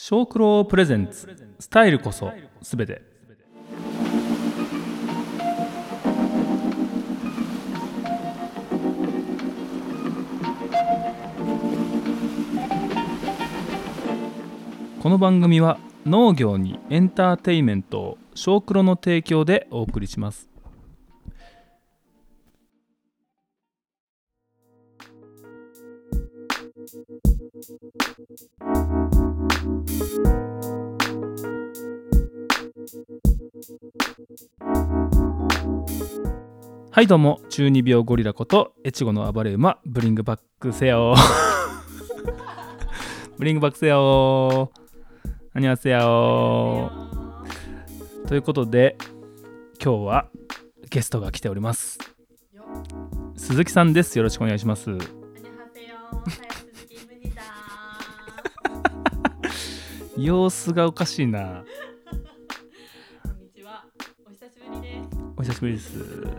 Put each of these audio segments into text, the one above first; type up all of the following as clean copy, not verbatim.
小九郎プレゼンツスタイルこそすべて。この番組は農業にエンターテインメントを小九郎の提供でお送りします。はいどうも、中二病ゴリラこと越後の暴れ馬ブリングバックせよブリングバックせよアニョハセヨということで、今日はゲストが来ております。鈴木さんです。よろしくお願いします。 アニョハセヨ鈴木ムニだ様子がおかしいな。 こんにちは、お久しぶりです。 お久しぶりです。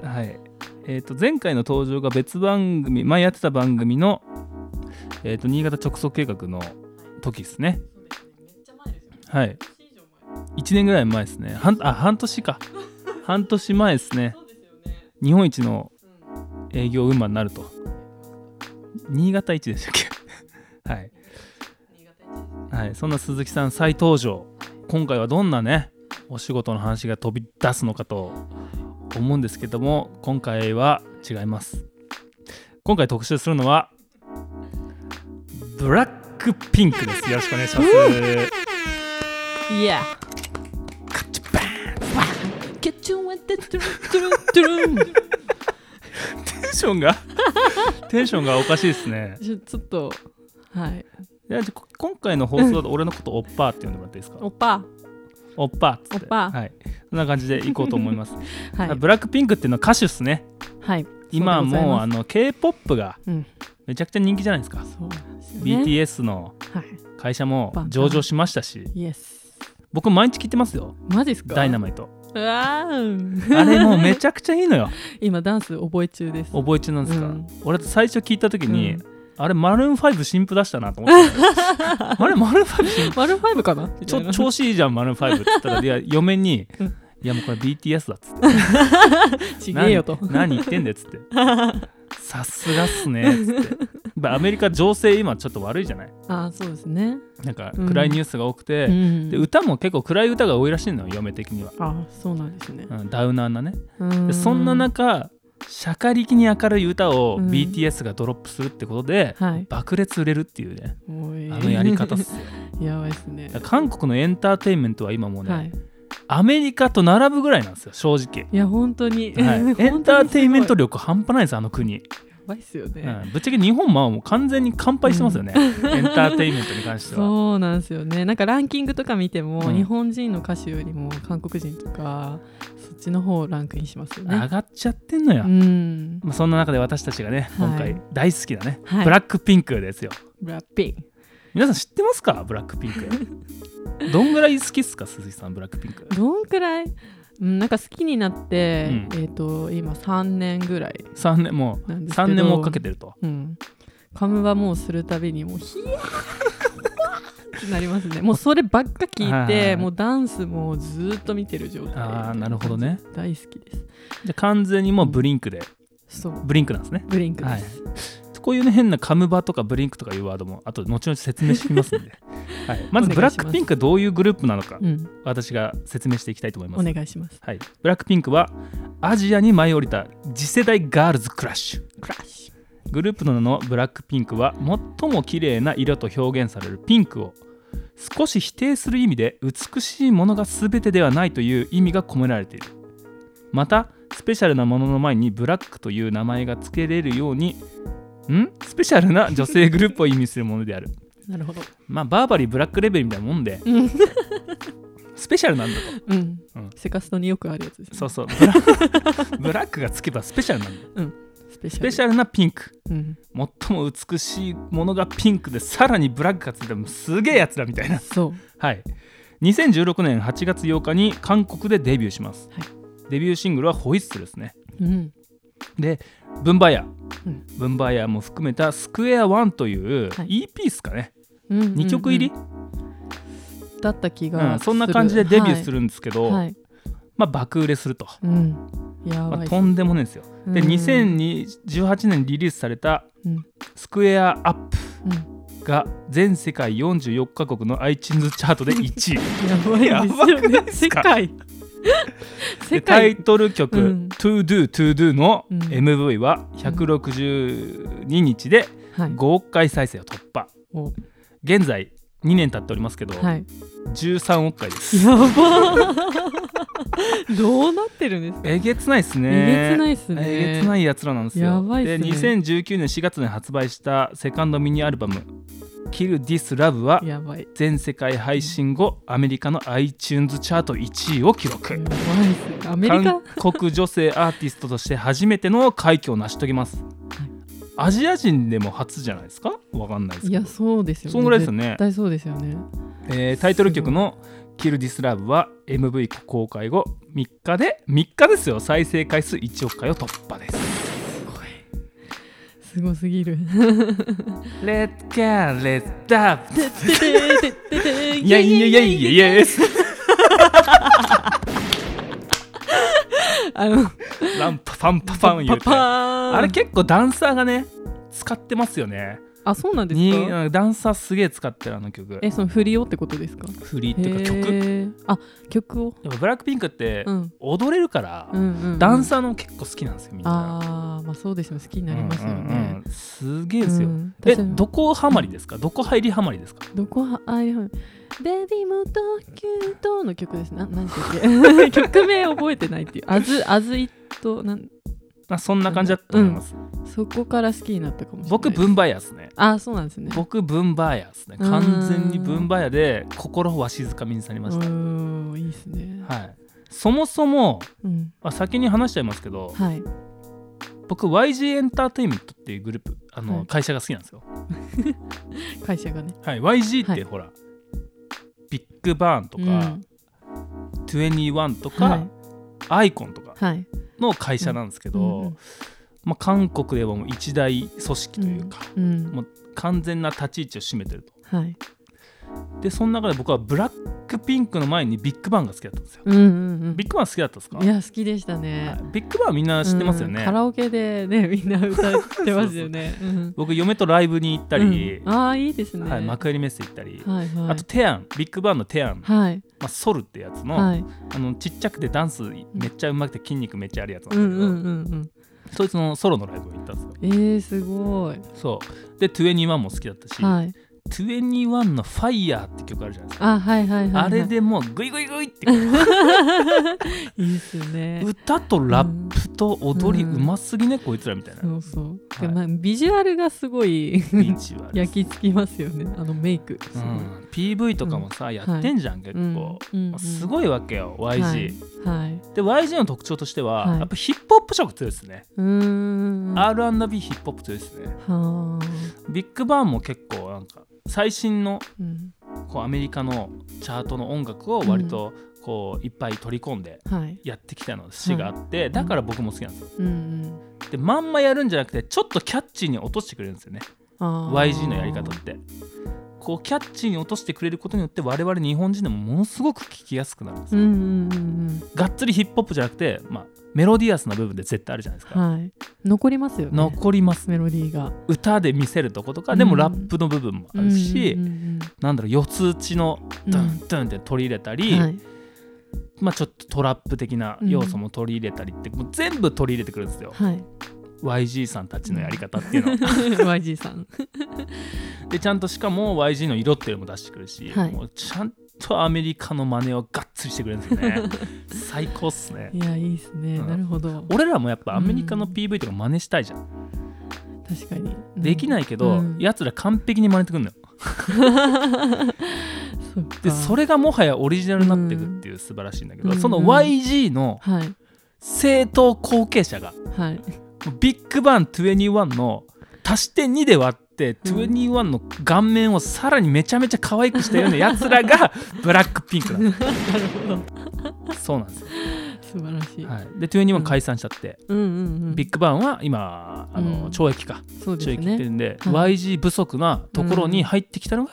はい。前回の登場が別番組、前やってた番組の、新潟直送計画の時ですね。 そうですね、めっちゃ前ですよね。 はい。 半年以上前。 1年ぐらい前ですね。半年か。半年前ですね。 そうですよね。 日本一のうん。 営業馬になると。新潟一でしたっけはい。 新潟一ですね。 はい。そんな鈴木さん再登場。今回はどんなね、お仕事の話が飛び出すのかと思うんですけども、今回は違います。今回特集するのはブラックピンクです。よろしくお願いします。 いや。 カッチバーン。 ケチュンワテトゥルトゥルトゥルン。 テンションがおかしいですね。 ちょっとはい。 いや今回の放送だと俺のことオッパーって呼んでもらっていいですか？ おっぱオッパーっつって。 オッパーはい。そんな感じでいこうと思います。 はいブラックピンクっていうのは歌手っすね。 はい。 今はもうう K-POP がうんめちゃくちゃ人気じゃないですか。 そうなんですよね。 BTS のはい。 会社も上場しましたし、 イエス。 僕毎日聞いてますよ。 マジですか？ ダイナマイト。 うわー。 あれもうめちゃくちゃいいのよ。 今ダンス覚え中です。 覚え中なんですか？ うん俺最初聞いた時に、 うんあれマルーン5新譜出したなと思ってあれマルーン5新譜マルファイブかな？ 調子いいじゃんマルーン5って言ったら、いや嫁に、 うんいやもうこれ BTS だっつってちげえよと。 何言ってんだよっつってさすがっすねっつってやっぱアメリカ情勢今ちょっと悪いじゃない。 ああそうですね。 なんか暗いニュースが多くて、 うんで歌も結構暗い歌が多いらしいのよ、嫁的には。 ああそうなんですね。 ダウナーなね。 うんでそんな中シャカリキに明るい歌をうん BTS がドロップするってことで、 はい爆裂売れるっていうね、 おいあのやり方っすよやばいですね。 韓国のエンターテインメントは今もうね、 はい。 アメリカと並ぶぐらいなんですよ正直。 いや本当に、 はい、エンターテインメント力半端ないですあの国、 やばいっすよね。 ぶっちゃけ日本もう完全に完敗してますよね、エンターテインメントに関しては。 そうなんですよね。なんかランキングとか見ても、 うん日本人の歌手よりも韓国人とかそっちの方ランクインしますよね。 上がっちゃってんのよ、 うん。 まあそんな中で私たちがね、 はい今回大好きなね、 はいブラックピンクですよ。 ブラッピン。 皆さん知ってますかブラックピンクどんぐらい好きっすか鈴木さんブラックピンク。 どんくらい、なんか好きになって、 う今3年ぐらい 3年もうなんですけど。 3年も追っかけてると。 うん。カムバもうするたびにもうヒヤーってなりますね。もうそればっか聞いはいはいはいて、もうダンスもずっと見てる状態。 ああなるほどね。 大好きです。 じゃあ完全にもうブリンクで、 そうブリンクなんですね。 ブリンクです。 はいこういうね変なカムバとかブリンクとかいうワードもあと後々説明してきますんで、はい、まずブラックピンクはどういうグループなのか、 うん、 私が説明していきたいと思います。 お願いします。 はい、ブラックピンクはアジアに舞い降りた次世代ガールズクラッシュ。 クラッシュ。 グループの名のブラックピンクは最も綺麗な色と表現されるピンクを少し否定する意味で美しいものが全てではないという意味が込められている。またスペシャルなものの前にブラックという名前が付けれるようにスペシャルな女性グループを意味するものである。 なるほど。 まあバーバリーブラックレベルみたいなもんでうんスペシャルなんだと。 うんうんセカストによくあるやつです、ね。 そうそうブラックがつけばスペシャルなんだよ。 スペシャル。 スペシャルなピンク、 うん、 最も美しいものがピンクでさらにブラックがついたらすげえやつらみたいな。 そう。 はい2016年8月8日に韓国でデビューします、 はい、 デビューシングルはホイッスルですね。 うんでブンバイヤー、 うん、 ブンバイヤーも含めたスクエア1というはい EP ですかね、 うんうんうん、 2曲入りだった気がする、 そんな感じでデビューするんですけど、 はい、 まあ爆売れすると、 やばい、 とんでもないんですよ。で2018年にリリースされたスクエアアップが全世界44カ国の iTunes チャートで1位やばいですよね。世界でタイトル曲、To Do To Do のうん MV は162日で5億回再生を突破、現在2年経っておりますけど、 はい、 13億回です。 やばどうなってるんですか。 えげつないですね。 えげつないっすね。 えげつないやつらなんですよ。 やばいっすね。 で2019年4月に発売したセカンドミニアルバム Kill This Love は全世界配信後アメリカの iTunes チャート1位を記録。 やばいっす。アメリカ韓国女性アーティストとして初めての快挙を成し遂げます。アジア人でも初じゃないですか。わかんないですけど。 いやそうですよね。 そんぐらいですよね。 絶対そうですよね。 タイトル曲の Kill This Love は MV 公開後3日ですよ、再生回数1億回を突破です。 すごすぎる。 Let's get let's dab いやいやいやいやいやランパパンパパン言うて、あれ結構ダンサーがね使ってますよね。 あ、そうなんですか。 ダンサーすげえ使ってるあの曲。 その振りをってことですか。 振りっていうか曲。 あ、曲を。 やっぱブラックピンクって踊れるから、ダンサーの結構好きなんですよみんな。 まあそうですよ、好きになりますよね。 すげえですよ。どこハマりですか。どこ入りハマりですか。 どこ入りハマり。ベビーモトキュートの曲です。なんて言って曲名覚えてないっていう。アズイットそんな感じだと思います。 そこから好きになったかもしれない。 僕ブンバイヤーですね。 あ、そうなんですね。 僕ブンバイヤーですね。完全にブンバイヤーで心をわしづかみにされました。 いいですね。 はい。そもそも、先に話しちゃいますけど、 はい、 僕 YG エンターテインメントっていうグループ会社が好きなんですよ。 会社がね。 はい。YG ってほら、ビッグバーンとか、21とか、アイコンとかの会社なんですけど、韓国ではもう一大組織というか、もう完全な立ち位置を占めてると。でその中で僕はブラックピンクの前にビッグバンが好きだったんですよ。ビッグバン好きだったんですか。 いや好きでしたね。 ビッグバンみんな知ってますよね。 カラオケでねみんな歌ってますよね。 僕嫁とライブに行ったり、 いいですね。 幕張メッセ行ったり、あとテアン、ビッグバンのテアン、ソルってやつの、ちっちゃくてダンスめっちゃうまくて筋肉めっちゃあるやつなんだけど、そいつのソロのライブに行ったんですよ。 すごい。 そうで21も好きだったし、21のファイヤーって曲あるじゃないですか。あれでもうグイグイグイっていいですよね。 歌とラップと踊りうますぎね、こいつらみたいな。 ビジュアルがすごい焼き付きますよね。メイク、 PV とかもさ、やってんじゃん結構、すごいわけよ YG。で YG の特徴としては、やっぱヒップホップ色強いですね。R&B ヒップホップ強いですね。ビッグバンも結構なんか最新のこうアメリカのチャートの音楽を割とこういっぱい取り込んでやってきたの節があって、だから僕も好きなんですよ。でまんまやるんじゃなくてちょっとキャッチーに落としてくれるんですよね。YG のやり方ってこうキャッチーに落としてくれることによって我々日本人でもものすごく聴きやすくなるんですよ。がっつりヒップホップじゃなくて、メロディアスな部分で絶対あるじゃないですか。 残りますよね。 残ります。 メロディーが歌で見せるとことかでもラップの部分もあるし、なんだろう四つ打ちのドンドンって取り入れたり、ちょっとトラップ的な要素も取り入れたりって、もう全部取り入れてくるんですよ。YG さんたちのやり方っていうの YG さんでちゃんとしかも YG の色っていうのも出してくるし、もうちゃんとアメリカの真似をがっつりしてくれるんですよね。最高っすね。 いやいいっすね、なるほど。 俺らもやっぱアメリカの PV とか真似したいじゃん。 確かに、 できないけど、やつら完璧に真似てくるのよ。でそれがもはやオリジナルになっていくっていう素晴らしいんだけど、その YG の正統後継者が、ビッグバン21の足して2で割って21の顔面をさらにめちゃめちゃ可愛くしたようなやつらがブラックピンクなんです。なるほど。そうなんですよ。 素晴らしい。 で21解散しちゃって、ビッグバンは今懲役か、懲役ってるんで、YG 不足なところに入ってきたのがやっぱり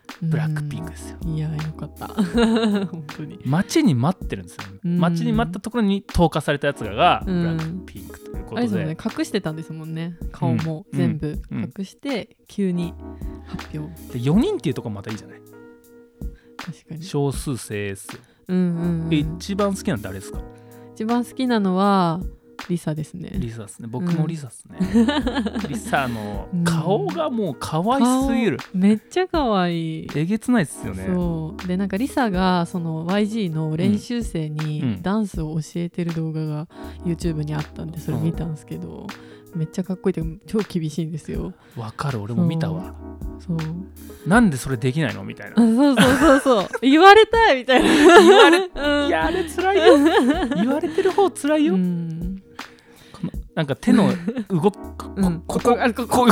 ブラックピンクですよ。 いやよかった本当に待ちに待ってるんですよ。待ちに待ったところに投下されたやつがブラックピンクということで、 あれですもんね、隠してたんですもんね、顔も全部隠して急に発表、 で4人っていうところまたいいじゃない。 確かに少数精鋭っすよ。一番好きなの誰ですか？ 一番好きなのはリサですね。 リサですね。僕もリサですね。リサの顔がもう可愛すぎる。 めっちゃ可愛い。 えげつないですよね。 そうでなんかリサがその YG の練習生にダンスを教えてる動画が YouTube にあったんでそれ見たんですけど、めっちゃかっこいいって超厳しいんですよ。 わかる、俺も見たわ。 そうなんでそれできないのみたいな。 そう言われたいみたいな言われ、いやあれ辛いよ言われてる方辛いよ。なんか手の動き、ここ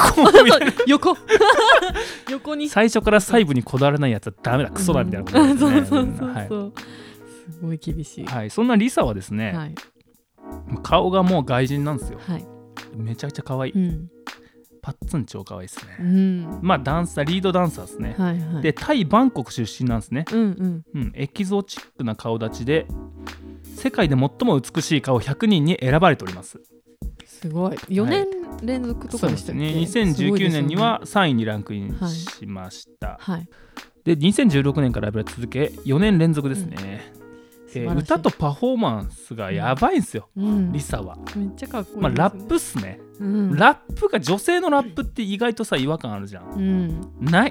横に最初から細部にこだわらないやつはダメだ、クソだみたいなことですね。 そうすごい厳しい。 はい、そんなリサはですね、顔がもう外人なんですよ。めちゃくちゃ可愛い。パッツン超可愛いですね。まあダンサー、リードダンサーですね。でタイバンコク出身なんですね。エキゾチックな顔立ちで世界で最も美しい顔100人に選ばれております。 すごい。4年連続とかでしたっけ？ そうですね。2019年には3位にランクインしました。で2016年から続け4年連続ですね。歌とパフォーマンスがやばいんですよ、リサは。 めっちゃかっこいいですね。 まあラップっすね、ラップが女性のラップって意外とさ違和感あるじゃん、ない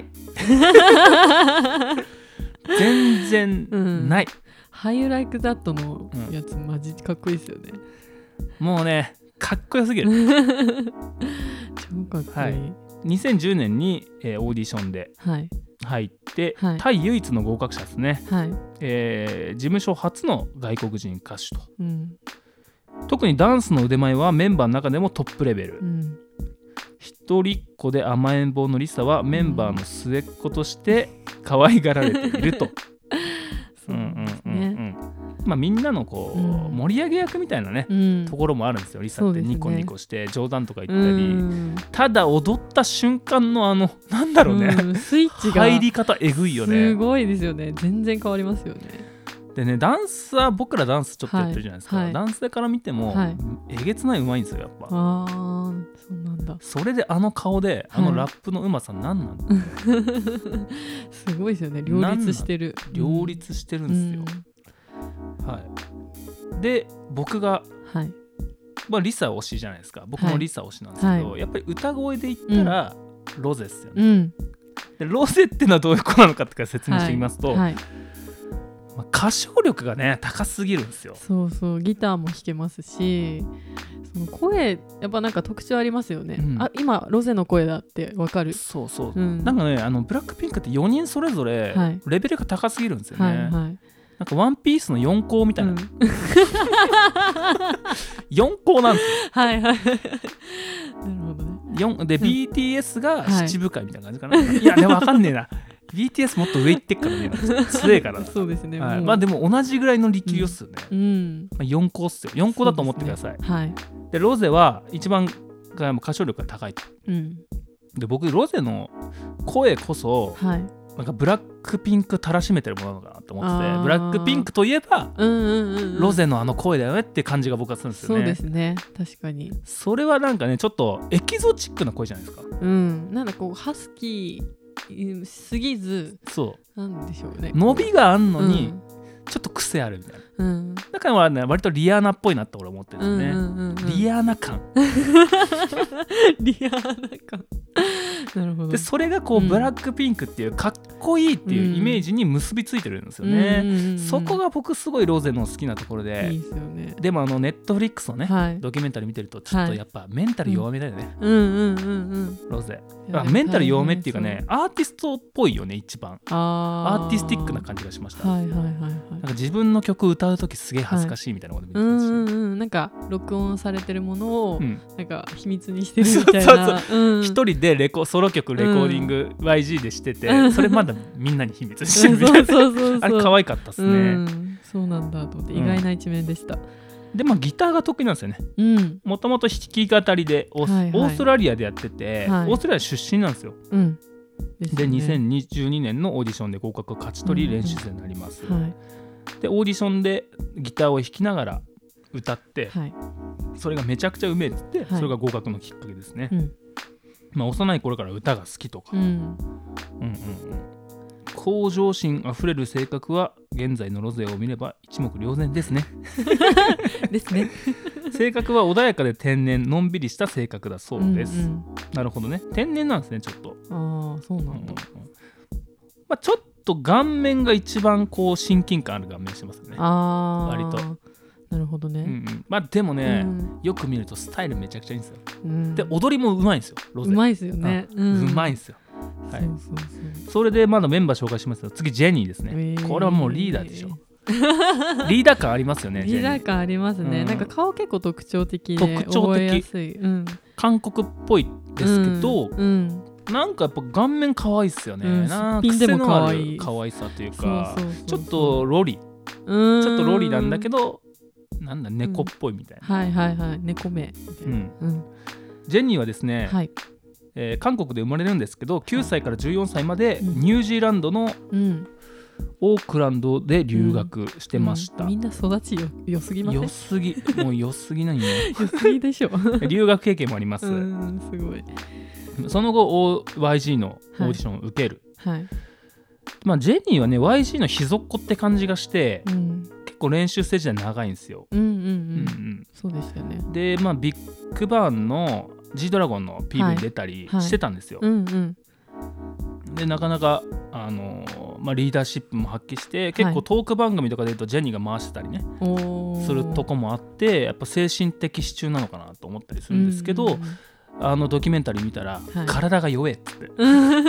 全然ない、 How You Like That のやつマジかっこいいですよね。 もうねかっこよすぎる超かっこいい。 2010年に、オーディションで入って、タイ唯一の合格者ですね、事務所初の外国人歌手と、特にダンスの腕前はメンバーの中でもトップレベル、一人っ子で甘えん坊のリサはメンバーの末っ子として可愛がられていると。まあ、みんなのこう、盛り上げ役みたいなね、ところもあるんですよ。リサってニコニコして冗談とか言ったり、ただ踊った瞬間のなんだろうね、 スイッチが入り方えぐいよね。 すごいですよね。全然変わりますよね。 でね、ダンサー、僕らダンスちょっとやってるじゃないですか、ダンスから見ても、えげつないうまいんですよやっぱ。 そうなんだ。 それで顔でラップのうまさなんなんだすごいですよね。両立してるんですよ、で僕が、まあ、リサ推しじゃないですか。僕もリサ推しなんですけど、やっぱり歌声で言ったら、ロゼっすよね、でロゼってのはどういう子なのかって説明してみますと、歌唱力がね高すぎるんですよ。 そうギターも弾けますし、その声やっぱなんか特徴ありますよね、今ロゼの声だってわかる。なんかねブラックピンクって4人それぞれレベルが高すぎるんですよね、なんかワンピースの4校みたいな、4校なんですよ。なるほどね。で、BTS が七部会みたいな感じかな。いやでも分かんねえな。BTS もっと上行ってっからね、強えからな。 そうですね。 まあでも同じぐらいの力量っすよね。4校っすよ。4校だと思ってください。でロゼは一番歌唱力が高いと。で僕ロゼの声こそ、なんかブラックピンクたらしめてるものなのかなと思ってて、ブラックピンクといえば、ロゼの声だよねって感じが僕はするんですよね。 そうですね、確かに。 それはなんかねちょっとエキゾチックな声じゃないですか。 なんだこうハスキーすぎず、なんでしょうね、 伸びがあんのに、ちょっと癖あるみたいな、だからね割とリアーナっぽいなって俺思ってるんですね、リアーナ感リアーナ感なるほど。 でそれがこう、ブラックピンクっていうかっこいいっていうイメージに結びついてるんですよね、そこが僕すごいロゼの好きなところで。 いいですよね。 でもネットフリックスのね、ドキュメンタリー見てるとちょっとやっぱメンタル弱めだよね、ロゼ。メンタル弱めっていうかね、アーティストっぽいよね一番。アーティスティックな感じがしました。なんか自分の曲歌うときすげえ恥ずかしいみたいなこと言ってたし、 なんか録音されてるものをなんか秘密にしてるみたいな。 一人でソロ曲レコーディング YG でしてて、それまだみんなに秘密にしてるみたいな。あれ可愛かったっすね。 そうなんだと思って意外な一面でした。 でギターが得意なんですよね。もともと弾き語りでオーストラリアでやってて、オーストラリア出身なんですよ。 で2022年のオーディションで合格を勝ち取り練習生になります、はい、でオーディションでギターを弾きながら歌って、はい、それがめちゃくちゃうめえっつって、はい、それが合格のきっかけですね、幼い頃から歌が好きとか、向上心あふれる性格は現在のロゼを見れば一目瞭然ですねですね性格は穏やかで天然のんびりした性格だそうです、なるほどね、天然なんですねちょっと。 ああそうなんだ、 ちょっと顔面が一番こう親近感ある顔面してますよね。割となるほどね、 でもね、よく見るとスタイルめちゃくちゃいいんですよ、で踊りもうまいんですよロゼ。 うまいですよね、 うまいんですよ、はい、それでまだメンバー紹介しますと、次ジェニーですね、これはもうリーダーでしょリーダー感ありますよね。 リーダー感ありますね、なんか顔結構特徴的で覚えやすい、 韓国っぽいですけど、なんかやっぱ顔面可愛いっすよね、なんか癖のある可愛さというか、ちょっとロリ、ちょっとロリなんだけどなんだ猫っぽいみたいな、 はいはいはい、猫目みたいな、 ジェニーはですね、韓国で生まれるんですけど、9歳から14歳までニュージーランドのオークランドで留学してました、 みんな育ち良すぎません？ 良すぎ、もう良すぎないね良すぎでしょ留学経験もあります、 すごい。 その後 YG のオーディションを受ける、ジェニーはね YG の秘蔵っ子って感じがして、結構練習ステージで長いんですよ。 そうでしたよね。 でビッグバンの G ドラゴンの PV に出たりしてたんですよ、でなかなかリーダーシップも発揮して、結構トーク番組とかで言うとジェニーが回してたりね、するとこもあって、やっぱ精神的支柱なのかなと思ったりするんですけど、ドキュメンタリー見たら、体が弱えっつって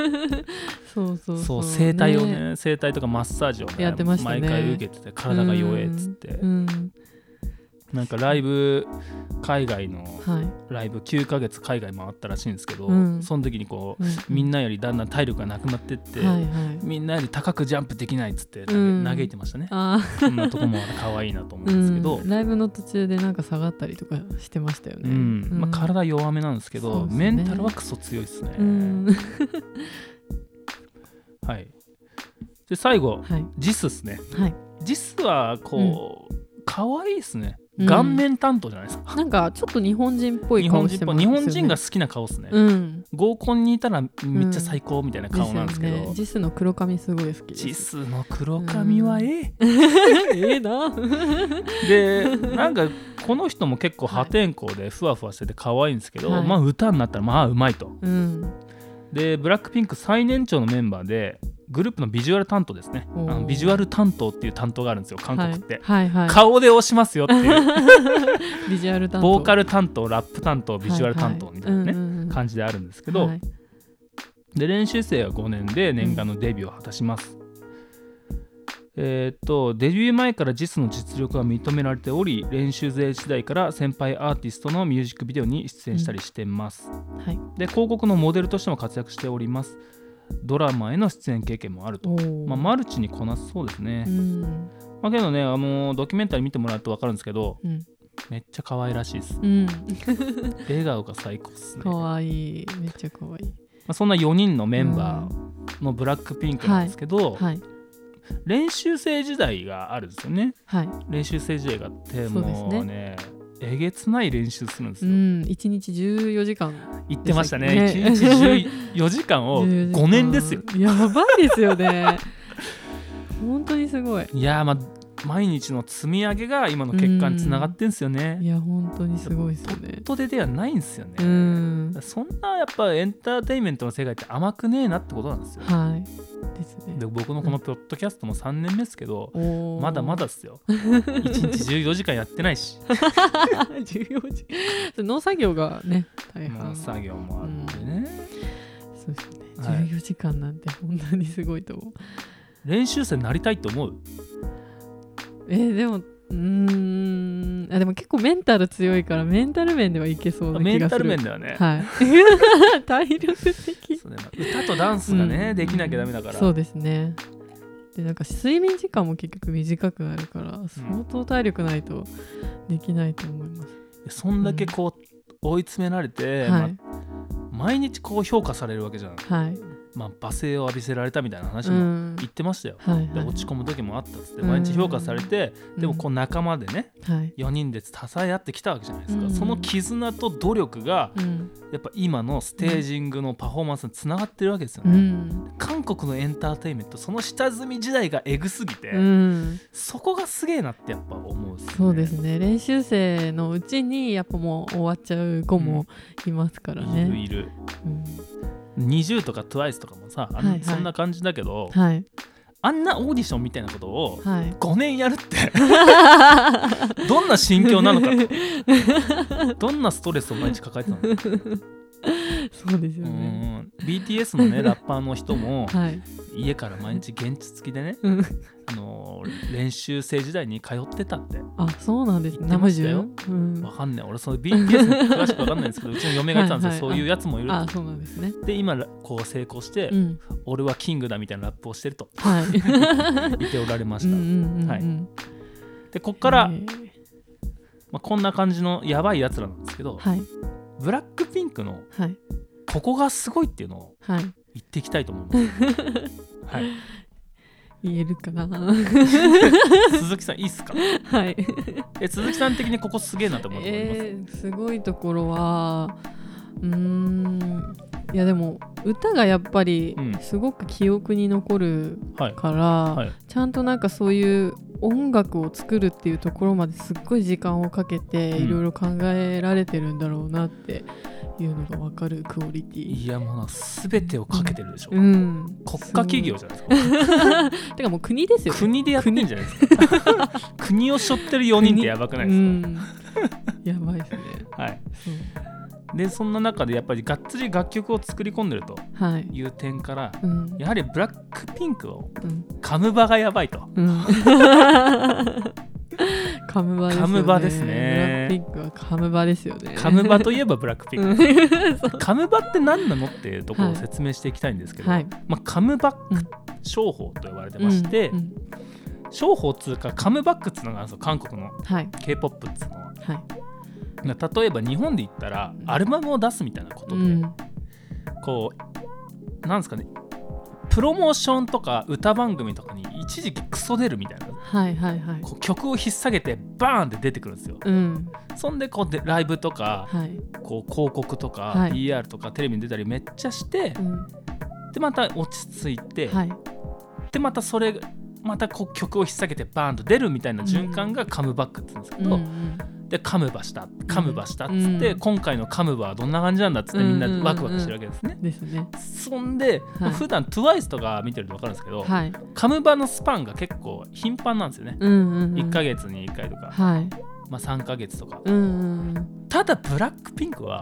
そう整体をね、整体とかマッサージをね、毎回受けてて体が弱えっつって、なんかライブ海外のライブ9ヶ月海外回ったらしいんですけど、その時にこう、みんなよりだんだん体力がなくなってって、みんなより高くジャンプできないっつって嘆いてましたね、そんなとこも可愛いなと思うんですけど、 ライブの途中でなんか下がったりとかしてましたよね、 体弱めなんですけど、メンタルはクソ強いですね、はい。で最後、ジスですね、ジスはこう、可愛いですね。顔面担当じゃないですか、なんかちょっと日本人っぽい顔してますよね。 日本人が好きな顔ですね、合コンにいたらめっちゃ最高みたいな顔なんですけど、 ジスの黒髪すごい好きです。 ジスの黒髪はええなでなんかこの人も結構破天荒でふわふわしてて可愛いんですけど、歌になったらうまいと、でブラックピンク最年長のメンバーでグループのビジュアル担当ですね。ビジュアル担当っていう担当があるんですよ、韓国って、顔で押しますよっていうビジュアル担当、 ボーカル担当、ラップ担当、ビジュアル担当みたいなね、感じであるんですけど、で練習生は5年で念願のデビューを果たします、デビュー前からジスの実力が認められており、練習生時代から先輩アーティストのミュージックビデオに出演したりしてます、で広告のモデルとしても活躍しております。ドラマへの出演経験もあると、マルチにこなすそうですね、けどね、ドキュメンタリー見てもらうと分かるんですけど、めっちゃ可愛らしいです、笑顔が最高ですね。 可愛い、めっちゃ可愛い。 そんな4人のメンバーのブラックピンクなんですけど、練習生時代があるんですよね、練習生時代があって、もうねえげつない練習するんですよ、 1日14時間言ってましたね。1日14時間を5年ですよやばいですよね本当にすごい。 いや毎日の積み上げが今の結果につながってんですよね。 いや本当にすごいですよね。 ポットでではないんですよね。そんなやっぱエンターテインメントの世界って甘くねえなってことなんですよ。 ですね。 で僕のこのポッドキャストも3年目ですけど、まだまだっすよ。1日14時間やってないし 14時農作業がね大変、 農作業もあってね、 そうですね。14時間なんて本当にすごいと思う。 練習生になりたいと思う？ でもでも結構メンタル強いからメンタル面ではいけそうな気がする。 メンタル面ではね、 体力的歌とダンスがね、できなきゃダメだから。 そうですね。でなんか睡眠時間も結局短くなるから相当体力ないとできないと思います、 そんだけこう追い詰められて、毎日こう評価されるわけじゃん、 罵声を浴びせられたみたいな話も言ってましたよ、で落ち込む時もあったっつって毎日評価されて、でもこう仲間でね、4人で支え合ってきたわけじゃないですか、その絆と努力が、やっぱ今のステージングのパフォーマンスにつながってるわけですよね、韓国のエンターテインメントその下積み時代がエグすぎて、そこがすげえなってやっぱ思うですね。 そうですね、練習生のうちにやっぱもう終わっちゃう子もいますからね、 いる、NiziU とか TWICE とかもさ、そんな感じだけど、あんなオーディションみたいなことを5年やるって、どんな心境なのかとどんなストレスを毎日抱えてたのかそうですよね、 BTS のねラッパーの人も、家から毎日原付付きでね、練習生時代に通ってたって。 あ、そうなんですね。 言ってましたよ、わかんない、俺その BTS 詳しくわかんないんですけどうちの嫁が言ってたんですよ、そういうやつもいると。 あ、そうなんですね。 で今こう成功して、俺はキングだみたいなラップをしてると、言っておられました。でこっから、こんな感じのやばいやつらなんですけど、ブラックピンクのここがすごいっていうのを言っていきたいと思います。 言えるかな鈴木さんいいっすか？ はい鈴木さん的にここすげえなと思うと思います。 すごいところは、いやでも歌がやっぱりすごく記憶に残るから、ちゃんとなんかそういう音楽を作るっていうところまですっごい時間をかけていろいろ考えられてるんだろうなっていうのが分かるクオリティ。 いやもう全てをかけてるでしょ、国家企業じゃないですかてかもう国ですよね。 国でやってんじゃないですか国を背負ってる4人ってやばくないですか？ やばいですね。 でそんな中でやっぱりがっつり楽曲を作り込んでるという点から、やはりブラックピンクをカムバがやばいと、 カムバですね。ブラックピンクはカムバですよね。 カムバといえばブラックピンクカムバって何なのっていうところを説明していきたいんですけど、カムバック商法と呼ばれてまして、商法っていうかカムバックっていうのがあるんですよ、韓国の K-POP っていうのは。例えば日本で言ったらアルバムを出すみたいなことで、こうなんですかね、プロモーションとか歌番組とかに一時期クソ出るみたいな、こう曲を引っ提げてバーンって出てくるんですよ、そんでこうでライブとか、こう広告とか、PR とかテレビに出たりめっちゃして、でまた落ち着いて、でまたそれまたこう曲を引っ提げてバーンと出るみたいな循環がカムバックって言うんですけど、でカムバしたっつって、今回のカムバはどんな感じなんだっつってみんなワクワクしてるわけですね。そんで、普段 TWICE とか見てると分かるんですけど、カムバのスパンが結構頻繁なんですよね、1ヶ月に1回とか、3ヶ月とか、ただブラックピンクは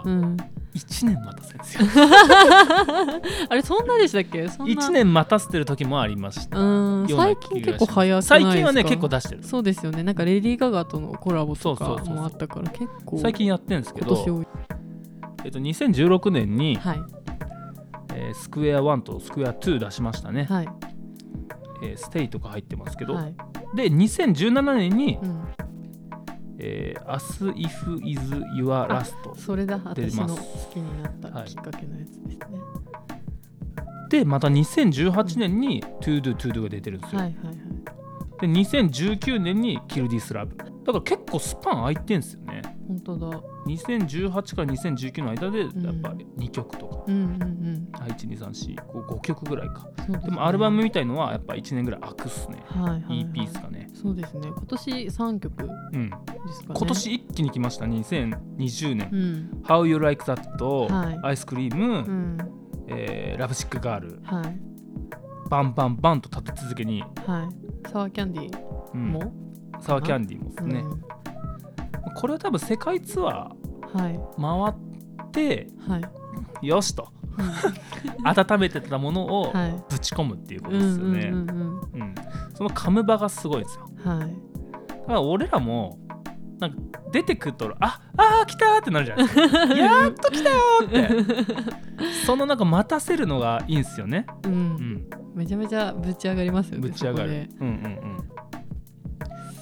1年待たせるんですよあれそんなでしたっけ ？1年待たせてる時もありました。 最近結構早くないですか？ 最近はね結構出してる。 そうですよね。なんかレディー・ガガとのコラボとかもあったから結構最近やってるんですけど、2016年に、スクエア1とスクエア2出しましたね、ステイとか入ってますけど、で2017年に、As If Is Your Last それだ、私の好きになったきっかけのやつですね、 でまた2018年に To Do が出てるんですよ、で2019年に Kill This Love だから結構スパン空いてんすよね。 本当だ。 2018から2019の間でやっぱり2曲とか、1,2,3,4,5曲ぐらいか。でもアルバムみたいのはやっぱ1年ぐらい空くっすね、EP ですかね。 そうですね。今年3曲ですかね、 今年一気に来ました。2020年、How You Like That、アイスクリーム、ラブシックガール、バンバンバンと立て続けに、サワーキャンディーも、 サワーキャンディーもですね、これは多分世界ツアー回って、よしと温めてたものをぶち込むっていうことですよね。そのカムバがすごいですよ。だから俺らもなんか出てくるとあ来たーってなるじゃないですかやっと来たよーってそのなんか待たせるのがいいんですよね。 めちゃめちゃぶち上がりますよね。 ぶち上がる。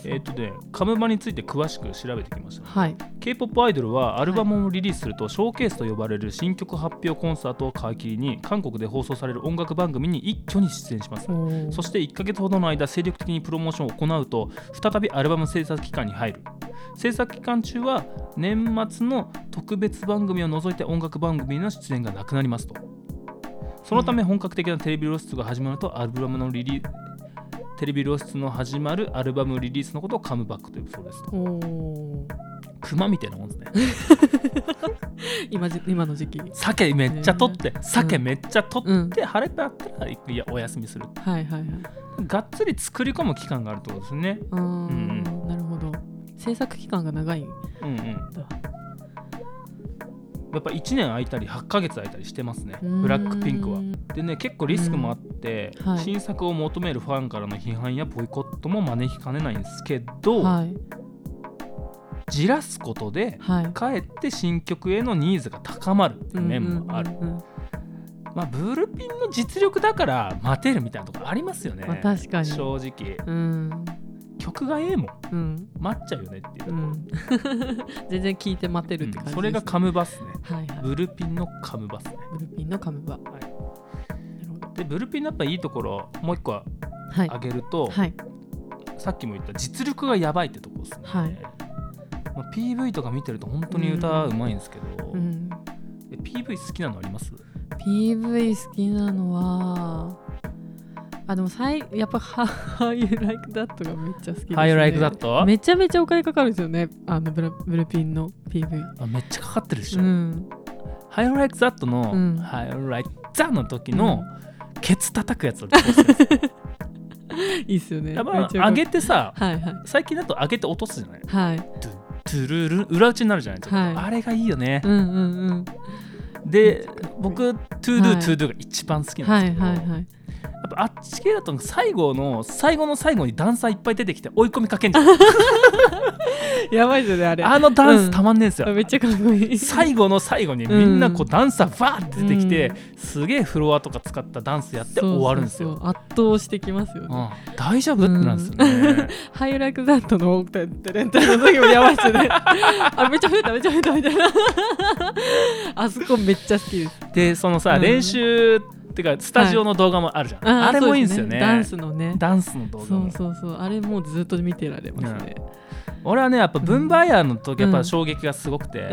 カムバについて詳しく調べてきました、 はい、 K-POP アイドルはアルバムをリリースすると、ショーケースと呼ばれる新曲発表コンサートを皮切りに韓国で放送される音楽番組に一挙に出演します。そして1ヶ月ほどの間精力的にプロモーションを行うと、再びアルバム制作期間に入る。制作期間中は年末の特別番組を除いて音楽番組の出演がなくなりますと。そのため本格的なテレビ露出が始まると、テレビ露出の始まるアルバムリリースのことをカムバックというそうですと。熊みたいなもんですね今の時期酒めっちゃ取って、酒めっちゃ取って、腹いっぱいあったらお休みする、 はいはいはい、 がっつり作り込む期間があるってことですね。 なるほど。制作期間が長いんだ。 やっぱ1年空いたり8ヶ月空いたりしてますね、ブラックピンクは。でね、結構リスクもあって、新作を求めるファンからの批判やボイコットも招きかねないんですけど、じらすことで、かえって新曲へのニーズが高まるっていう面もある。ブルピンの実力だから待てるみたいなところありますよね、 確かに正直、曲がええもん、待っちゃうよねっていう、 全然聞いて待てるって感じですね。 それがカムバスね、ブルピンのカムバスね。 ブルピンのカムバ、 でブルピンのやっぱいいところもう一個挙げると、さっきも言った実力がやばいってところですね、PV とか見てると本当に歌うまいんですけど、PV 好きなのあります？ PV 好きなのはでもやっぱ How You Like That がめっちゃ好きですね。 How You Like That？ めちゃめちゃお金かかるんですよね、ブルピンの PV。 めっちゃかかってるでしょ、How You Like That の、How You Like That の時の、ケツ叩くやつをいいっすよね。 上げてさ、最近だと上げて落とすじゃない、トゥルル裏打ちになるじゃないですか、あれがいいよね、で僕トゥードゥトゥードゥが一番好きなんですけど、やっぱあっち系だと最後の最後にダンサーいっぱい出てきて追い込みかけんじゃんやばいですよねあれ。 あのダンスたまんねえんすよ、 めっちゃかっこいい。 最後の最後にみんなこうダンサーバーって出てきて、すげえフロアとか使ったダンスやって終わるんですよ。 圧倒してきますよね、 大丈夫ってなんですよね。 How You Like That のテンテレンテレンの時もやばいですよねめっちゃ増えためっちゃ増えたみたいなあそこめっちゃ好きです。 でそのさ、練習ってかスタジオの動画もあるじゃん、あれもいいんですよね。 ダンスの動画もそうあれもうずっと見てられますね、 俺はねやっぱブンバイヤーの時やっぱ衝撃がすごくて、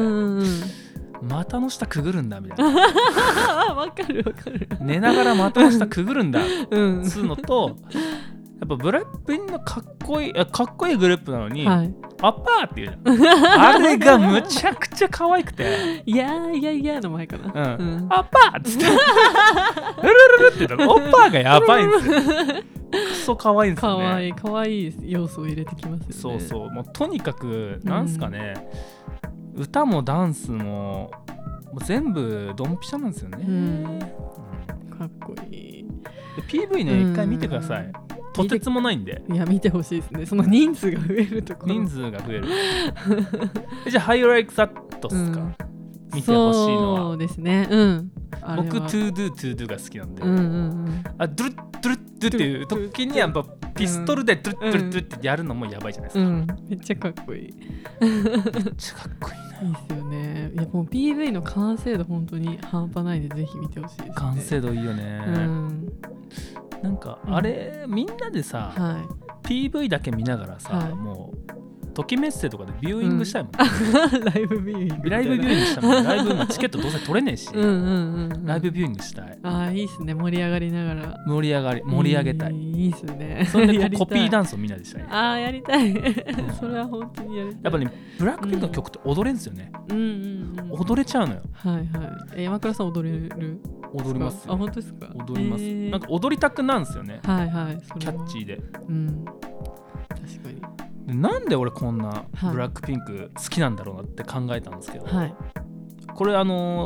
股の下くぐるんだみたいなわかる寝ながら股の下くぐるんだつうのと、やっぱブラックピンのかっこいいグループなのに、アッパーっていうじゃんあれがむちゃくちゃ可愛くていやの前かな、 アッパーっつってルルルルって言ったらオッパーがやばいんですよクソ可愛いんですよね。 可愛い要素を入れてきますよね。 そうもうとにかくなんすかね、歌もダンスも全部ドンピシャなんですよね、 かっこいい。 で PV ね、一回見てください。とてつもないんで。 いや見てほしいですね。その人数が増えるところ。 人数が増えるじゃあ How You Like That ですか、見てほしいのは。 そうですね、 僕 To Do が好きなんで、ドゥルッドゥルッドゥっていう時にやっぱピストルでドゥルッドゥルッドゥってやるのもやばいじゃないですか、 めっちゃかっこいいめっちゃかっこいいな。 いいですよね。いやもう PV の完成度本当に半端ないんでぜひ見てほしいですね。 完成度いいよね、なんかあれ、みんなでさ、PV だけ見ながらさ、もうときメッセとかでビューイングしたいもん、 ライブビューイングしたもん。ライブチケットどうせ取れねえし、ライブビューイングしたい。 いいっすね。盛り上がりながら盛り上げたい。 いいっすね。 それでコピーダンスをみんなでしたい。 やりたいそれは本当にやりたい。 やっぱねブラックピンクの曲って踊れんすよね、踊れちゃうのよ。 山倉さん踊れる？ 踊りますよ。 本当ですか？ 踊ります、なんか踊りたくなんですよね、キャッチーで。確かに。 なんで俺こんなブラックピンク好きなんだろうなって考えたんですけど、これ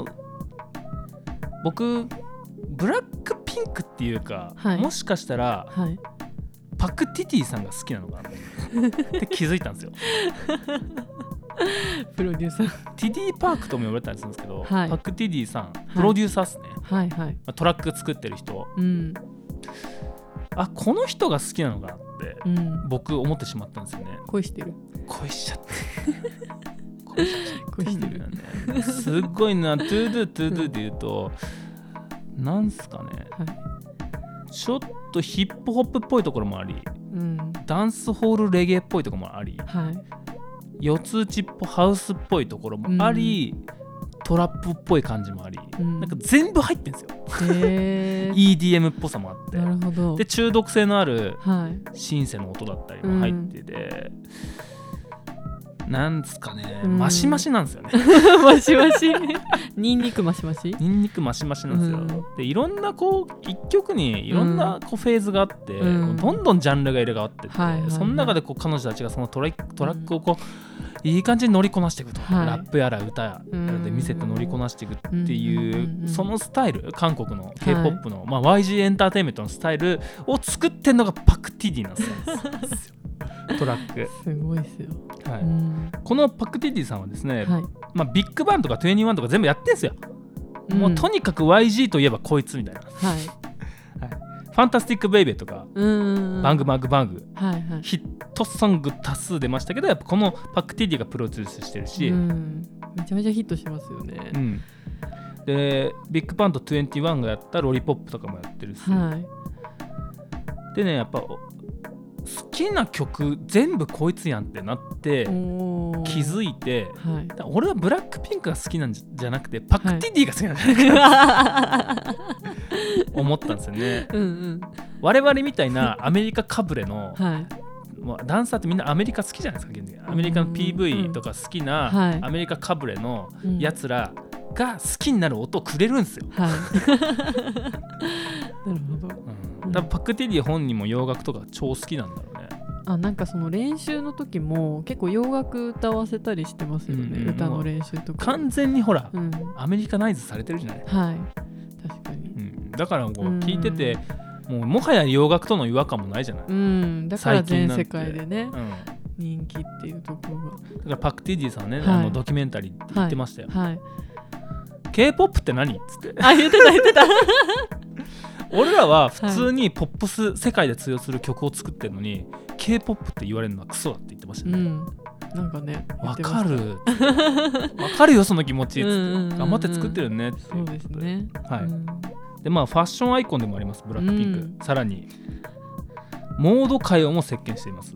僕ブラックピンクっていうか、もしかしたら、パクティティさんが好きなのかなって気づいたんですよプロデューサーティディパークとも呼ばれたりするんですけど、パクティディさんプロデューサーですね、トラック作ってる人、この人が好きなのかなってて、僕思ってしまったんですよね。 恋してる？ 恋しちゃって恋してるよね。すっごいな。トゥードゥトゥードゥで言うと、なんすかね、ちょっとヒップホップっぽいところもあり、ダンスホールレゲエっぽいところもあり、四つ打ちっぽハウスっぽいところもあり、トラップっぽい感じもあり、なんか全部入ってんですよ。EDM っぽさもあって、 なるほど。 で中毒性のあるシンセの音だったりも入ってて、なんですかね、マシマシなんですよね。 マシマシニンニクマシマシ、 ニンニクマシマシなんですよ。でいろんなこう一曲にいろんなこうフェーズがあって、どんどんジャンルが入れ替わってって、その中でこう彼女たちがそのトラックをこういい感じに乗りこなしていくと、ラップやら歌やらで見せて乗りこなしていくっていう、そのスタイル、韓国の K-POP の、YG エンターテインメントのスタイルを作ってんのがパクティディなんですよ。トラックすごいですよ。 このパクティディさんはですね、ビッグバンとか21とか全部やってんすよ。もうとにかく YG といえばこいつみたいな。ファンタスティックベイベーとかバングバングバング、ヒットソング多数出ましたけど、やっぱこのパクティディがプロデュースしてるし、 めちゃめちゃヒットしますよね。 でビッグバンと21がやったロリポップとかもやってるし、でね、やっぱ好きな曲全部こいつやんってなって気づいて、俺はブラックピンクが好きなんじゃなくてパクティディが好きなんじゃないかな思ったんですよね。我々みたいなアメリカかぶれの、ダンサーってみんなアメリカ好きじゃないですか。現在アメリカの PV とか好きなアメリカかぶれのやつらが好きになる音をくれるんですよ。なるほど。 多分パクティディ本人も洋楽とか超好きなんだろうね。 なんかその練習の時も結構洋楽歌わせたりしてますよね。歌の練習とか完全にほら、アメリカナイズされてるじゃない。 確かに、 だからこう聞いてて、もはや洋楽との違和感もないじゃない。 だから全世界でね、人気っていうところが。だからパクティディさんね、ドキュメンタリーって言ってましたよ。K-POP って何っつって。 言ってた俺らは普通にポップス、世界で通用する曲を作ってるのに K-POP って言われるのはクソだって言ってましたね。 なんかね、 わかるよその気持ちっつって頑張って作ってるねっていうことで。そうですね。でファッションアイコンでもありますブラックピンク。さらにモード界をも席巻しています。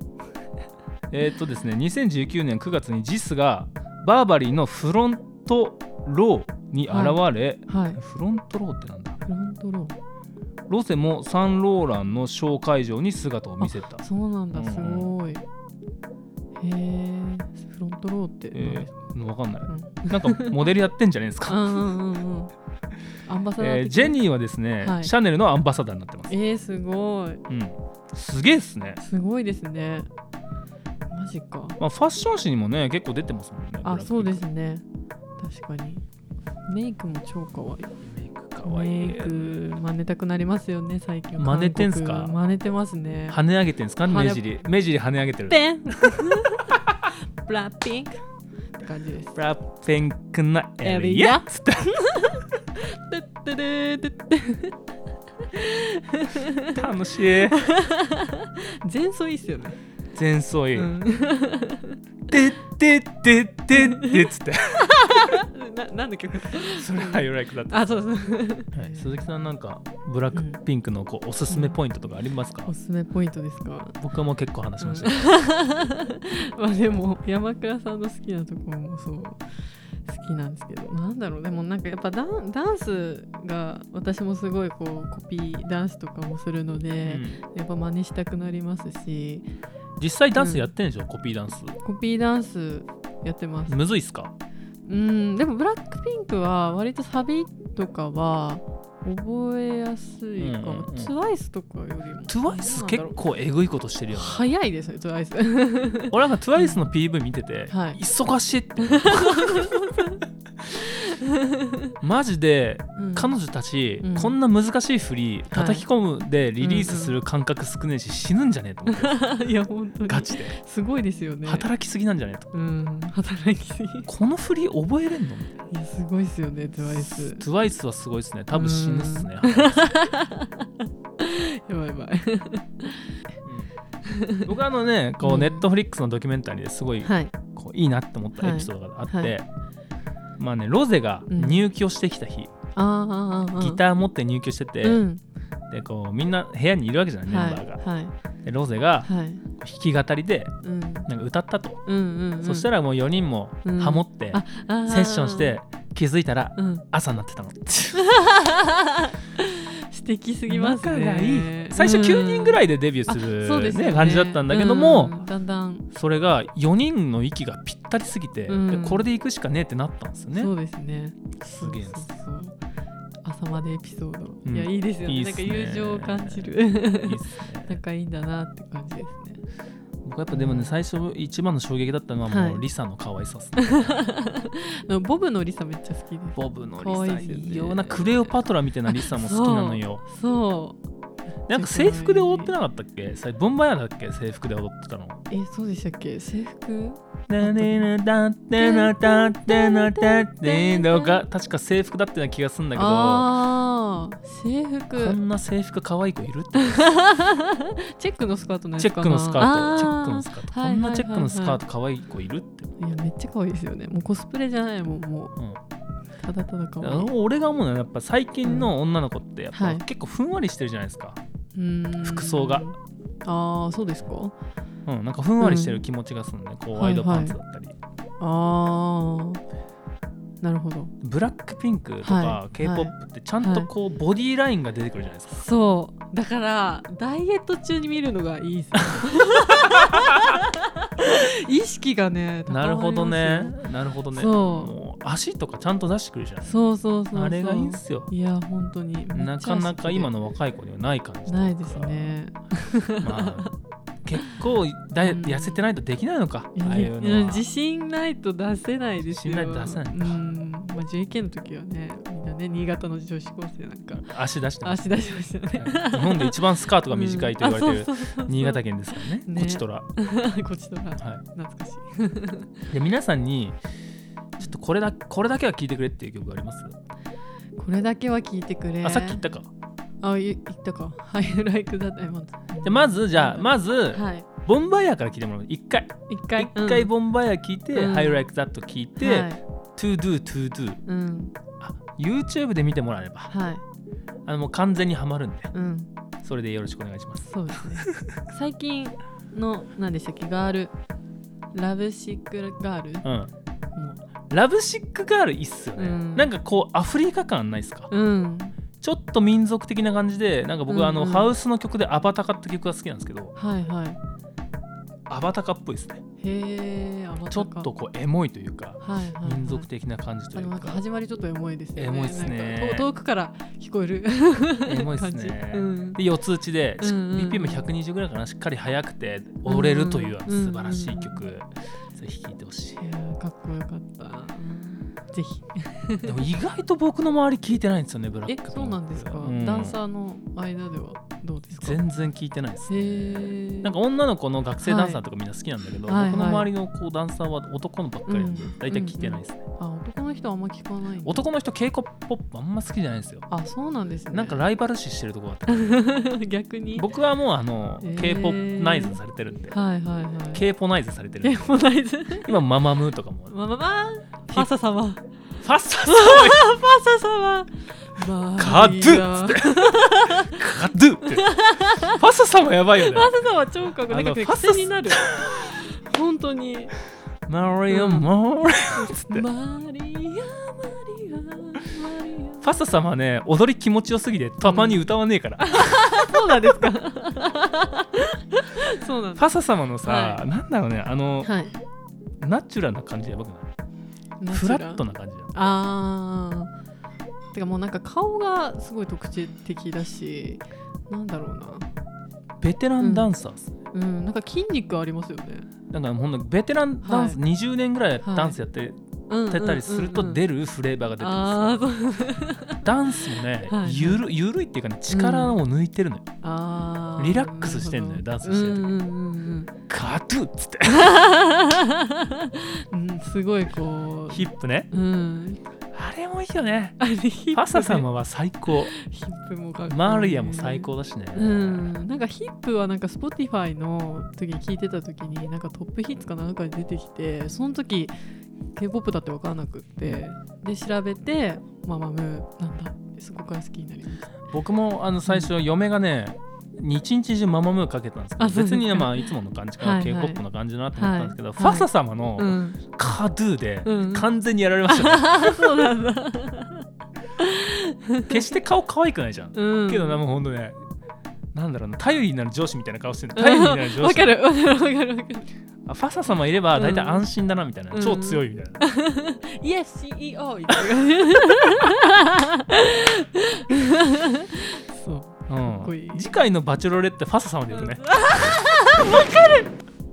ですね、2019年9月にジスがバーバリーのフロントローに現れ、フロントローってなんだ。 フロントロー。 ロセもサンローランのショー会場に姿を見せた。 そうなんだ、すごい。へえ、フロントローって、 わかんない、なんかモデルやってんじゃないですか。 アンバサダー、 ジェニーはですね、シャネルのアンバサダーになってます。 すごい、 すげえっすね。 すごいですね。マジか。 ファッション誌にもね結構出てますもんね。 そうですね、確かに。メイクも超かわいい。メイク真似たくなりますよね最近。 真似てんすか？ 真似てますね。 跳ね上げてんすか？目尻跳ね上げてる。 ペンブラッピンクって感じです。 ブラッピンクなエリアつって楽しい。 前奏いいっすよね。 前奏いい。でっつって何の曲？ それはYou Like That。 そうそう。 鈴木さんなんかブラックピンクのおすすめポイントとかありますか？ おすすめポイントですか？ 僕はもう結構話しました。 でも山倉さんの好きなところもそう好きなんですけど、なんだろう、でもなんかやっぱダンスが私もすごいこうコピーダンスとかもするので、やっぱ真似したくなりますし。 実際ダンスやってんでしょ？コピーダンス。 コピーダンスやってます。 むずいっすか？ でもブラックピンクは割とサビとかは覚えやすいかも。TWICE とかよりも。 TWICE 結構えぐいことしてるよね。 早いですね TWICE。 俺なんか TWICE の PV 見てて、忙しいってマジで、彼女たち、こんな難しい振り叩き込むでリリースする感覚少ねえし、死ぬんじゃねえと思って。 いや本当にガチですごいですよね。 働きすぎなんじゃねえと。 働きすぎ。この振り覚えれんの？ いやすごいですよね TWICE。 TWICE はすごいですね。多分死ぬっすね。 やばい僕はねこうネットフリックスのドキュメンタリーですごい、こういいなって思ったエピソードがあって、まあねロゼが入居してきた日、ギター持って入居してて、でこうみんな部屋にいるわけじゃない、メンバーが、でロゼが弾き語りでなんか歌ったと、そしたらもう4人もハモってセッションして気づいたら朝になってたの、 素敵すぎますね。 最初9人ぐらいでデビューする、感じだったんだけども、 だんだんそれが4人の息がぴったりすぎて、これで行くしかねえってなったんですよね。 そうですね。 すげえです。 朝までエピソード、いやいいですよね。なんか友情を感じる。いいですね。仲いいんだなって感じですね。 僕やっぱでもね、最初一番の衝撃だったのはもうリサの可愛さっすね。 ボブのリサめっちゃ好きです。 ボブのリサいいよな、クレオパトラみたいなリサも好きなのよ。 そうなんか制服で踊ってなかったっけ？ボンバヤだっけ？制服で踊ってたの。 そうでしたっけ？制服？ 確か制服だったような気がするんだけど、 制服、 こんな制服可愛い子いるって。 チェックのスカートのやつチェックのスカート、こんなチェックのスカート可愛い子いるって。 いやめっちゃ可愛いですよね。もうコスプレじゃないもん、もう、ただただ可愛い。 俺が思うのはやっぱ最近の女の子ってやっぱ結構ふんわりしてるじゃないですか、服装が。 そうですか。 なんかふんわりしてる気持ちがするんで、こうワイドパンツだったり、 なるほど。 ブラックピンクとか K-POP ってちゃんとこうボディーラインが出てくるじゃないですか。 そうだからダイエット中に見るのがいいですよ。意識がね、 なるほどね、なるほどね。もう足とかちゃんと出してくるじゃん。 そうあれがいいんすよ。 いや本当になかなか今の若い子にはない感じ。 ないですね。 まあ結構痩せてないとできないのか。 自信ないと出せないですよ。 自信ないと出せないか。 まあ JK の時はね、みんなね、新潟の女子高生なんか足出してましたね。 日本で一番スカートが短いと言われてる新潟県ですからね。コチトラ。 コチトラ。懐かしい。 で皆さんにちょっとこれだけは聴いてくれっていう曲あります？ これだけは聴いてくれ。 さっき言ったか。 言ったか。How you like that？ まずボンバイヤーから聴いてもらう。一回ボンバイヤー聴いて、How you like that 聴いて、To do、YouTube で見てもらえば、もう完全にハマるんで、それでよろしくお願いします。 そうですね。最近の何でしたっけ？ガール、ラブシックガール、 ラブシックガールいいっすよね。なんかこうアフリカ感ないっすか？ちょっと民族的な感じで、なんか僕はハウスの曲でアバタカって曲が好きなんですけど、アバタカっぽいですね。ちょっとこうエモいというか、民族的な感じというか。 始まりちょっとエモいですね。 エモいですね。 遠くから聞こえるエモいですね。で四つ打ちで BPM120 ぐらいかな、しっかり速くて踊れるという素晴らしい曲、ぜひ聴いてほしい。 かっこよかった。ぜひ。 でも意外と僕の周り聞いてないんですよね、ブラック。 そうなんですか。ダンサーの間ではどうですか？ 全然聞いてないですね。なんか女の子の学生ダンサーとかみんな好きなんだけど、僕の周りのこうダンサーは男のばっかりなんで、大体聞いてないですね。 男の人はあんま聞かない。 男の人 K-POP あんま好きじゃないですよ。 そうなんですね。 なんかライバル視してるとこがあって。 逆に。 僕はもうK-POP ナイズされてるんで。K-POP ナイズされてる。 K-POP ナイズ。 今ママムーとかも。 ファッサ様。 ファッサ様カドゥっつってカドゥってファッサ様やばいよね。 ファッサ様超かっこいい。なんか癖になる。本当にマリアマリアっつってファッサ様はね、踊り気持ちよすぎてたまに歌わねえから。 そうなんですか。そうなんです。 ファッサ様のさ、なんだろうね、ナチュラルな感じやばくない？フラットな感じだ。 てかもうなんか顔がすごい特徴的だし、なんだろうな、 ベテランダンサーっすね。 なんか筋肉ありますよね。 だからほんとベテランダンス、20年ぐらいダンスやってたりすると出るフレーバーが出てるんですよ。ダンスもね、ゆるいっていうかね、力を抜いてるのよ。リラックスしてんのよ、ダンスしてる。カトゥーっつって。 すごいこうヒップね。 あれもいいよね。ファサ様は最高。 ヒップもかっこいい、 マールイヤも最高だしね。 なんかヒップはなんか Spotify の時に聞いてた時になんかトップヒッツかなんかで出てきて、その時 K-POP だって分からなくってで調べてママムなんだってそこから好きになりました。 僕も最初嫁がね一日中ママムーかけたんですけど、別にまあいつもの感じかな、K-POP の感じだなと思ったんですけど、ファサ様のカドゥで完全にやられましたね。 そうなんだ。 決して顔可愛くないじゃん、けどもうほんとね、なんだろうな、頼りになる上司みたいな顔してる。頼りになる上司。 わかる。 ファサ様いれば大体安心だなみたいな、超強いみたいな。 Yes CEO みたいな。そう。かっこいい。 次回のバチェロレってファサ様で言うとね。 わかる。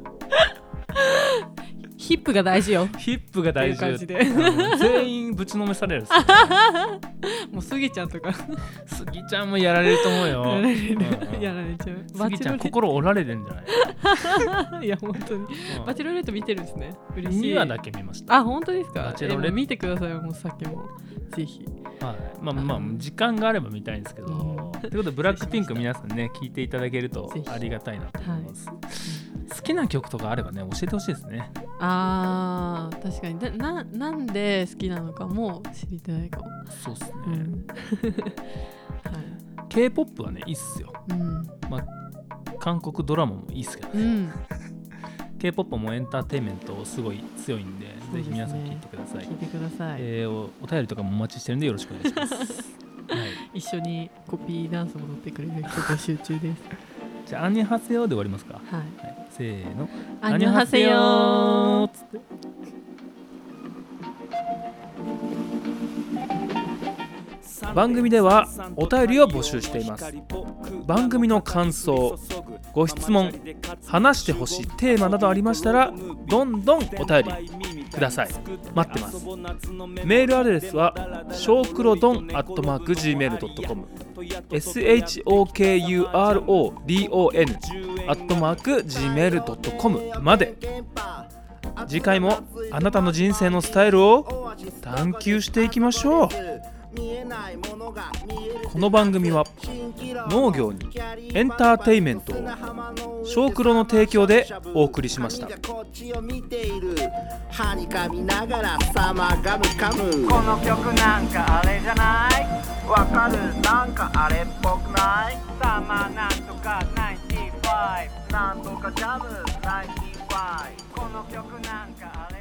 ヒップが大事よ。 ヒップが大事よ。全員ぶちのめされる。 もうスギちゃんとか。 スギちゃんもやられると思うよ。 やられちゃう。 スギちゃん心折られてんじゃない？いや本当に。バチェロレット見てるんですね。嬉しい。 2話だけ見ました。 あ、本当ですか？バチェロレット見てください。もうさっきもぜひ。 はい。まあ時間があれば見たいんですけど。ということでブラックピンク皆さんね聞いていただけるとありがたいなと思います。好きな曲とかあればね教えてほしいですね。 あー確かになんで好きなのかも知りたいかも。 そうっすね、K-POP はねいいっすよ、まあ韓国ドラマもいいっすけどね、K-POP もエンターテインメントすごい強いんで、ぜひ皆さん聞いてください。 聞いてください。 お便りとかもお待ちしてるんでよろしくお願いします。 一緒にコピーダンスも踊ってくれる人募集中です。 じゃあアンニョンハセヨで終わりますか。 はい、 せーの、 アンニョンハセヨーつって。 番組ではお便りを募集しています。番組の感想、ご質問、話してほしいテーマなどありましたらどんどんお便りください。待ってます。メールアドレスはshokrodon@gmail.com shokrodon@gmail.com まで。次回もあなたの人生のスタイルを探求していきましょう。この番組は農業にエンターテインメントを小黒の提供でお送りしました。はにかみながらサマーガムカム。この曲なんかあれじゃない？わかる？なんかあれっぽくない？サマーなんとか95なんとかジャム95。この曲なんかあれ